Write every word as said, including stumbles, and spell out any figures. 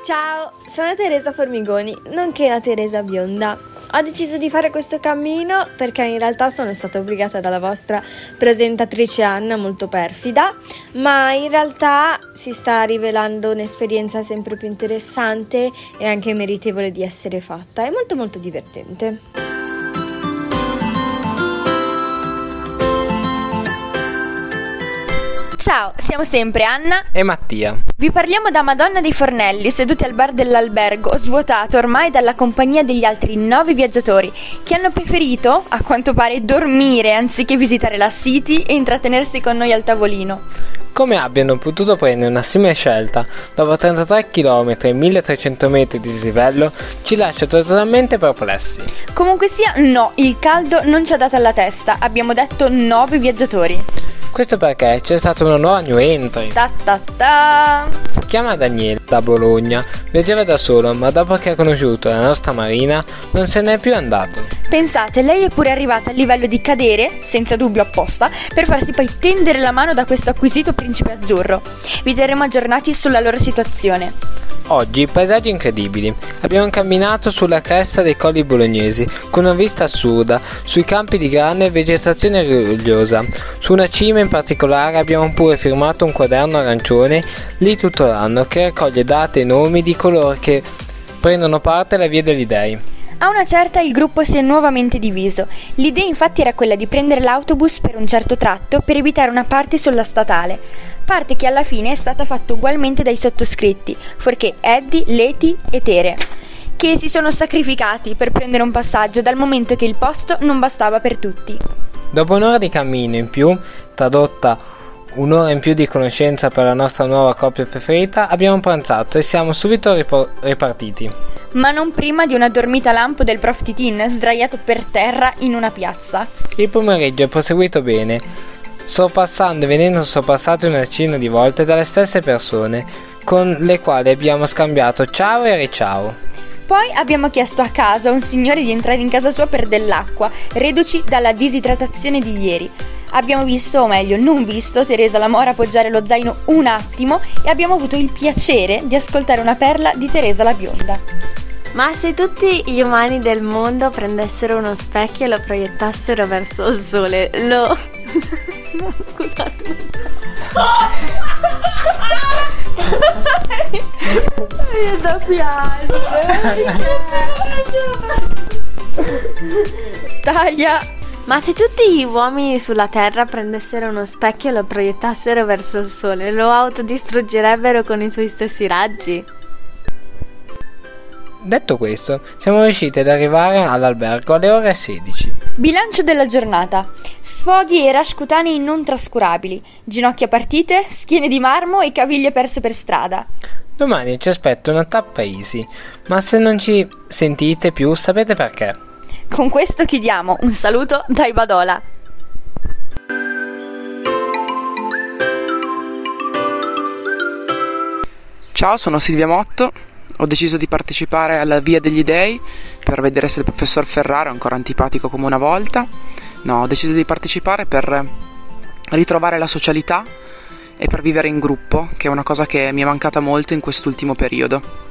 Ciao, sono Teresa Formigoni, nonché la Teresa Bionda. Ho deciso di fare questo cammino perché in realtà sono stata obbligata dalla vostra presentatrice Anna, molto perfida, ma in realtà si sta rivelando un'esperienza sempre più interessante e anche meritevole di essere fatta. È molto molto divertente. Ciao, siamo sempre Anna e Mattia. Vi parliamo da Madonna dei Fornelli, seduti al bar dell'albergo, svuotato ormai dalla compagnia degli altri nove viaggiatori, che hanno preferito, a quanto pare, dormire anziché visitare la City e intrattenersi con noi al tavolino. Come abbiano potuto prendere una simile scelta dopo trentatré chilometri e milletrecento metri di dislivello ci lascia totalmente perplessi. Comunque sia, no, il caldo non ci ha dato alla testa, abbiamo detto nove viaggiatori. Questo perché c'è stata una nuova new entry. Ta ta ta. Si chiama Daniele, da Bologna, viaggiava da solo, ma dopo che ha conosciuto la nostra Marina non se n'è più andato. Pensate, lei è pure arrivata al livello di cadere, senza dubbio apposta, per farsi poi tendere la mano da questo acquisito principe azzurro. Vi terremo aggiornati sulla loro situazione. Oggi paesaggi incredibili. Abbiamo camminato sulla cresta dei colli bolognesi con una vista assurda, sui campi di grande vegetazione rigogliosa. Su una cima in particolare abbiamo pure firmato un quaderno arancione lì tutto l'anno che raccoglie date e nomi di coloro che prendono parte alla Via degli Dei. A una certa il gruppo si è nuovamente diviso. L'idea infatti era quella di prendere l'autobus per un certo tratto per evitare una parte sulla statale, parte che alla fine è stata fatta ugualmente dai sottoscritti, fuorché Eddie, Leti e Tere, che si sono sacrificati per prendere un passaggio dal momento che il posto non bastava per tutti. Dopo un'ora di cammino in più, tradotta un'ora in più di conoscenza per la nostra nuova coppia preferita, abbiamo pranzato e siamo subito ripor- ripartiti. Ma non prima di una dormita lampo del prof Titin sdraiato per terra in una piazza. Il pomeriggio è proseguito bene, sorpassando e venendo sorpassato una decina di volte dalle stesse persone, con le quali abbiamo scambiato ciao e riciao. Poi abbiamo chiesto a caso a un signore di entrare in casa sua per dell'acqua, reduci dalla disidratazione di ieri. Abbiamo visto, o meglio non visto, Teresa la Mora appoggiare lo zaino un attimo e abbiamo avuto il piacere di ascoltare una perla di Teresa la Bionda. Ma se tutti gli umani del mondo prendessero uno specchio e lo proiettassero verso il sole, lo... no, scusate. Mi da piangere. Taglia. Ma se tutti gli uomini sulla Terra prendessero uno specchio e lo proiettassero verso il sole, lo autodistruggerebbero con i suoi stessi raggi? Detto questo, siamo riusciti ad arrivare all'albergo alle ore sedici. Bilancio della giornata. Sfoghi e rash cutanei non trascurabili, ginocchia partite, schiene di marmo e caviglie perse per strada. Domani ci aspetta una tappa easy, ma se non ci sentite più sapete perché. Con questo chiudiamo. Un saluto da Ibadola. Ciao, sono Silvia Motto. Ho deciso di partecipare alla Via degli Dei per vedere se il professor Ferraro è ancora antipatico come una volta. No, ho deciso di partecipare per ritrovare la socialità e per vivere in gruppo, che è una cosa che mi è mancata molto in quest'ultimo periodo.